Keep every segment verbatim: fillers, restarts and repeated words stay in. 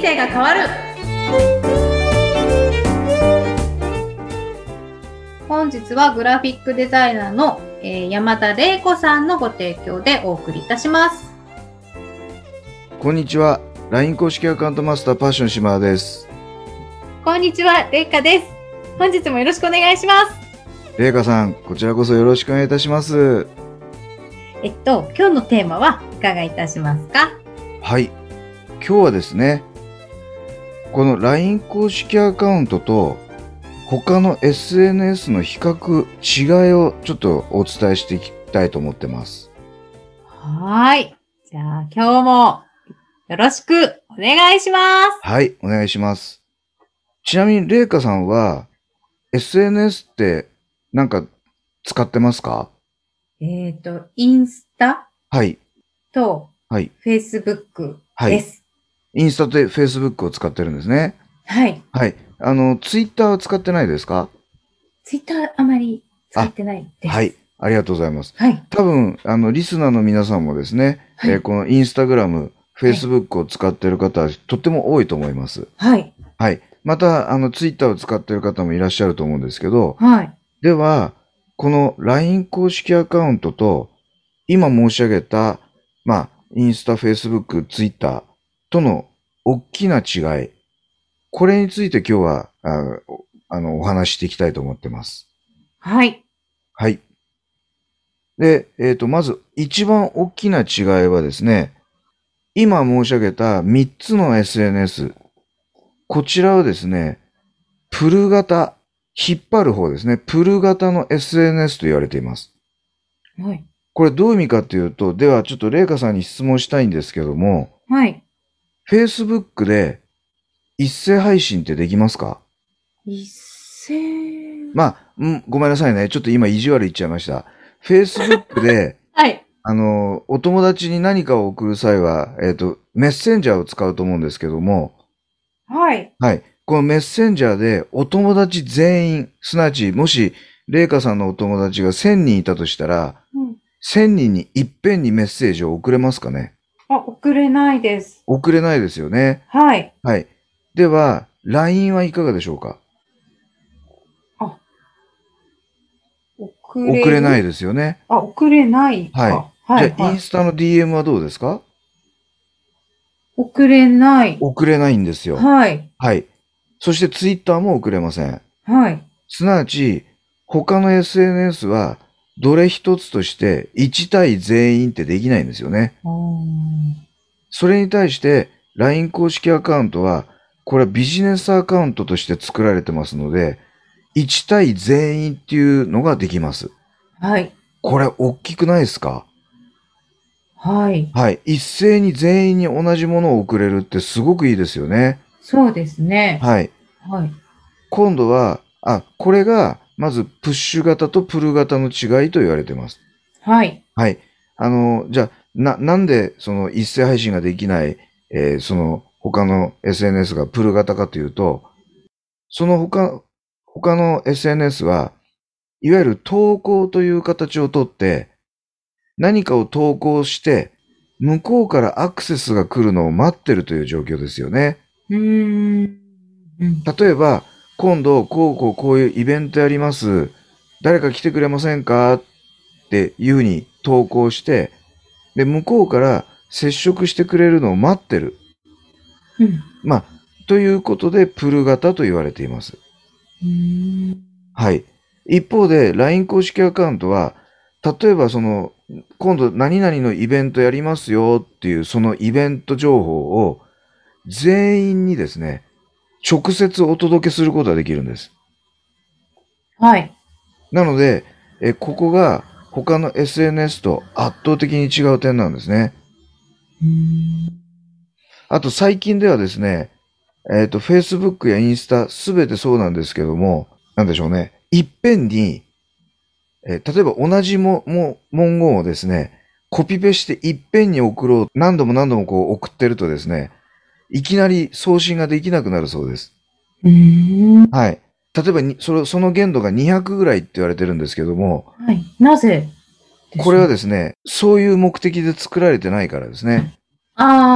生が変わる。本日はグラフィックデザイナーの、えー、山田玲子さんのご提供でお送りいたします。 こんにちは。ライン 公式アカウントマスターパッション島田です。 こんにちは、玲香です。本日もよろしくお願いします。 玲香さん、こちらこそよろしくお願いいたします。 えっと、今日のテーマはいかがいたしますか？ はい。今日はですね、この ライン 公式アカウントと他の エスエヌエス の比較、違いをちょっとお伝えしていきたいと思ってます。 はーい。じゃあ今日もよろしくお願いします。 はい、お願いします。ちなみに玲香さんは エスエヌエス ってなんか使ってますか？ えっと、インスタはい。 とはい。 フェイスブックはい。 です。 インスタとフェイスブックを使ってるんですね。 はい。 はい。あの、ツイッターは使ってないですか？ ツイッターあまり使ってないです。 はい。ありがとうございます。 はい。 多分、あの、リスナーの皆さんもですね、 はい、 えー、このインスタグラム、フェイスブックを使っている方はとっても多いと思います。 はい。 はい。また、あの、ツイッターを使っている方もいらっしゃると思うんですけど、 はい。 では、この ライン 公式アカウントと、今申し上げた、まあ、インスタ、フェイスブック、ツイッターとの大きな違い、これについて今日は、ああの、お話ししていきたいと思ってます。 はい。 はい。で、えっと、まず、一番大きな違いはですね、今申し上げたみっつの エスエヌエス、こちらはですね、プル型、引っ張る方ですね、プル型の エスエヌエス と言われています。 はい。 これどういう意味かというと、ではちょっと玲香さんに質問したいんですけども、 はい。 Facebook で一斉配信ってできますか？ 一斉まあ、んごめんなさいね。ちょっと今意地悪言っちゃいました。Facebook で、 はい。 あの、お友達に何かを送る際は、えっと、メッセンジャーを使うと思うんですけども、 はい。 はい。このメッセンジャーでお友達全員、すなわち、もし、玲香さんのお友達がせんにんいたとしたら、うん、せんにんにいっぺんにメッセージを送れますかね？ あ、送れないです。 送れないですよね。 はい。 はい。では、ライン はいかがでしょうか？ あ、送れる？ 送れないですよね。 あ、送れないか。 はい。 はい、 じゃあ、インスタの ディーエム はどうですか？ 送れない。 送れないんですよ。 はい。 はい。そしてツイッターも送れません。 はい。 すなわち、他の エスエヌエス は、どれ一つとしていち対全員ってできないんですよね。それに対して、ライン 公式アカウントは、これはビジネスアカウントとして作られてますので、いち対全員っていうのができます。 はい。 これ、大きくないですか？ はい。 はい。一斉に全員に同じものを送れるってすごくいいですよね。 そうですね。 はい。 はい。 今度は、あ、これが、まず、プッシュ型とプル型の違いと言われています。 はい。 はい。あの、じゃあ、な、なんで、その、一斉配信ができない、えー、その、他の エスエヌエス がプル型かというと、その他、他の エスエヌエス は、いわゆる投稿という形をとって、何かを投稿して、向こうからアクセスが来るのを待ってるという状況ですよね。 うーん。 例えば、今度、こうこうこういうイベントやります。誰か来てくれませんかっていうふうに投稿して、で、向こうから接触してくれるのを待ってる。 うん、 まあ、ということで、プル型と言われています。 うーん。 はい。一方で、ライン 公式アカウントは、例えばその、今度何々のイベントやりますよっていうそのイベント情報を全員にですね、直接お届けすることができるんです。 はい。 なので、えここが他の エスエヌエス と圧倒的に違う点なんですね。 うーん。 あと最近ではですね、えっと、Facebook やインスタすべてそうなんですけども、なんでしょうね。いっぺんに、え例えば同じもも文言をですね、コピペしていっぺんに送ろう、何度も何度もこう送ってるとですね、いきなり送信ができなくなるそうです。 うーん。 はい。例えばにそれ、その限度がにひゃくぐらいって言われてるんですけども、 はい。なぜこれはですね、そういう目的で作られてないからですね。 あ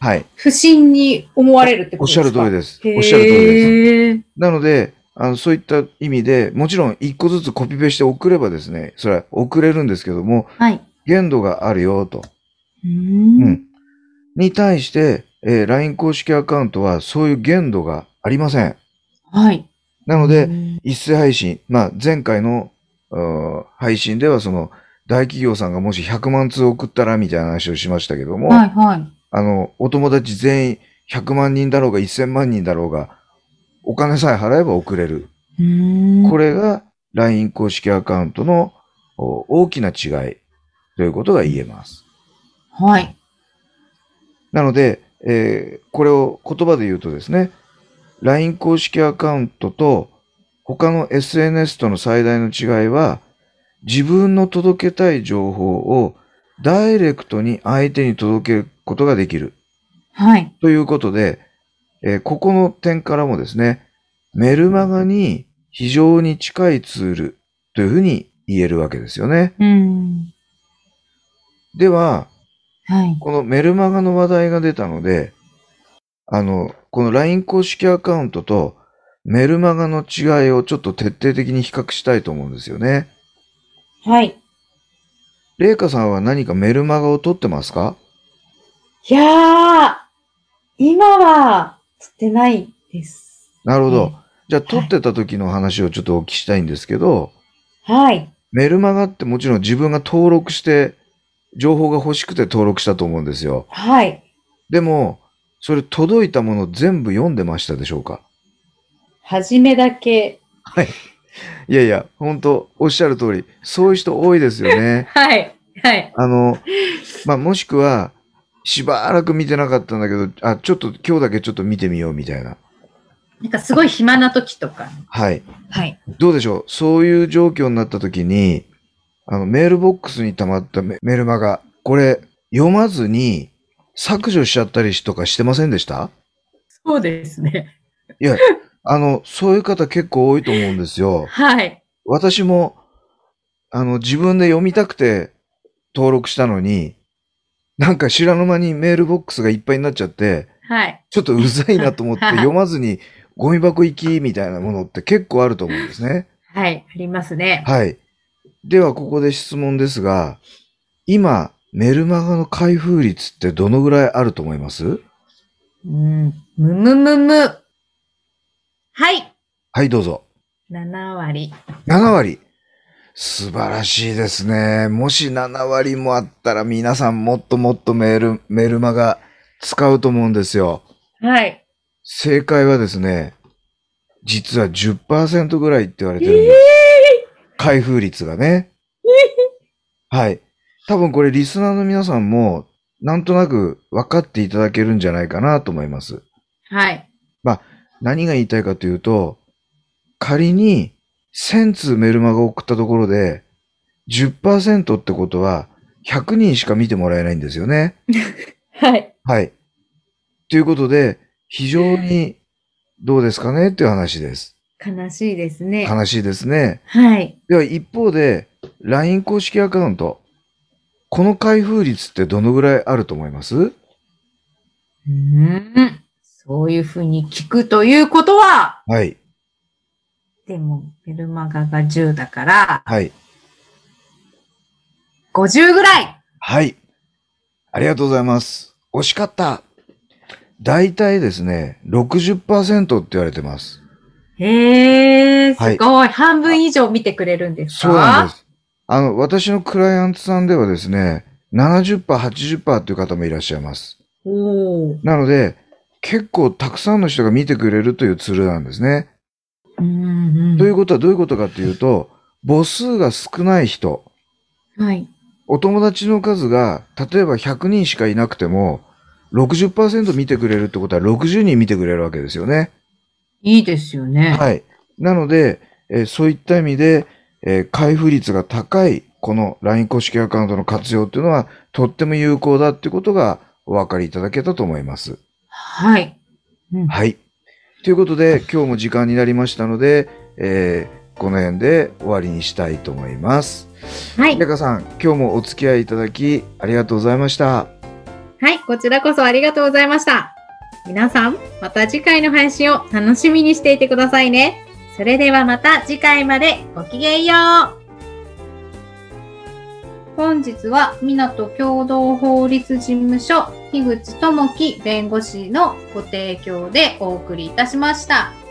はい。 不審に思われるってことですか？ おっしゃる通りです。 へーおっしゃる通りです。なので、あの、そういった意味で、もちろん一個ずつコピペして送ればですね、それは送れるんですけども、 はい。 限度があるよと。 うーん。 うん。に対して、えー ライン 公式アカウントはそういう限度がありません。 はい。 なので、 うーん一斉配信、まあ、前回のうー配信ではその大企業さんがもしひゃくまん通送ったらみたいな話をしましたけども、 はいはい。 あの、お友達全員ひゃくまん人だろうがせんまん人だろうが、お金さえ払えば送れる。 うーん。 これが ライン 公式アカウントのお大きな違いということが言えます。 はい。 なので、えーこれを言葉で言うとですね、ライン 公式アカウントと他の エスエヌエス との最大の違いは、自分の届けたい情報をダイレクトに相手に届けることができるはい。 ということで、えーここの点からもですね、メルマガに非常に近いツールというふうに言えるわけですよね。 うーん。 では、 はい。 このメルマガの話題が出たので、あの、この ライン 公式アカウントとメルマガの違いをちょっと徹底的に比較したいと思うんですよね。 はい。 レイカさんは何かメルマガを取ってますか？ いやー、今は、釣ってないです。 なるほど。 ねじゃあ、取ってた時の話をちょっとお聞きしたいんですけど、 はい。 メルマガってもちろん自分が登録して、情報が欲しくて登録したと思うんですよ。 はい。 でも、それ届いたもの全部読んでましたでしょうか？ はじめだけ。 はい。いやいや、本当おっしゃる通り、そういう人多いですよね。 はい。はい。 あの、まあ、もしくは、しばらく見てなかったんだけど、あ、ちょっと今日だけちょっと見てみようみたいな。 なんかすごい暇な時とか。 はい。 はい。 どうでしょう？そういう状況になった時に、あの、メールボックスに溜まったメメルマガ、これ、読まずに削除しちゃったりとかしてませんでした？ そうですね。 いや、あの、そういう方結構多いと思うんですよ。 はい。 私も、あの、自分で読みたくて登録したのに、なんか知らぬ間にメールボックスがいっぱいになっちゃって、 はい。 ちょっとうざいなと思ってはい読まずにゴミ箱行きみたいなものって結構あると思うんですね。 はい。ありますね。 はい。ではここで質問ですが、今、メルマガの開封率ってどのぐらいあると思います？ うん。むむむむ。はい。 はい、どうぞ。 なな割。 なな割。素晴らしいですね。もしなな割もあったら皆さんもっともっとメール、メルマガ使うと思うんですよ。 はい。 正解はですね、実は じゅっパーセント ぐらいって言われてるんです。開封率がね。はい。多分これリスナーの皆さんもなんとなく分かっていただけるんじゃないかなと思います。 はい。 まあ、何が言いたいかというと、仮にせん通メルマガを送ったところで じゅっパーセント ってことはひゃくにんしか見てもらえないんですよね。 はい。 はい。ということで、非常にどうですかねっていう話です。 悲しいですね。 悲しいですね。 はい。 では一方で、ライン 公式アカウント。この開封率ってどのぐらいあると思います？ うーん。そういうふうに聞くということは、 はい。 でも、メルマガがじゅうだから、 はい。 ごじゅうぐらい。 はい。ありがとうございます。惜しかった。だいたいですね、ろくじゅっパーセントって言われてます。 へー、 はいすごい。半分以上見てくれるんですか？ そうなんです。あの、私のクライアントさんではですね、ななじゅっパーセント、はちじゅっパーセントっていう方もいらっしゃいます。 おー。 なので、結構たくさんの人が見てくれるというツールなんですね。 うんうん。 ということはどういうことかというと、母数が少ない人、 はい。 お友達の数が、例えばひゃくにんしかいなくても、ろくじゅっパーセント 見てくれるってことはろくじゅうにん見てくれるわけですよね。 いいですよね。 はい。なので、えーそういった意味で、えー開封率が高い、この ライン 公式アカウントの活用っていうのは、とっても有効だっていうことがお分かりいただけたと思います。 はい。うん、 はい。ということで、今日も時間になりましたので、えーこの辺で終わりにしたいと思います。 はい。 レカさん、今日もお付き合いいただきありがとうございました。 ははい、こちらこそありがとうございました。皆さん、また次回の配信を楽しみにしていてくださいね。それではまた次回までごきげんよう。本日は港共同法律事務所樋口智樹弁護士のご提供でお送りいたしました。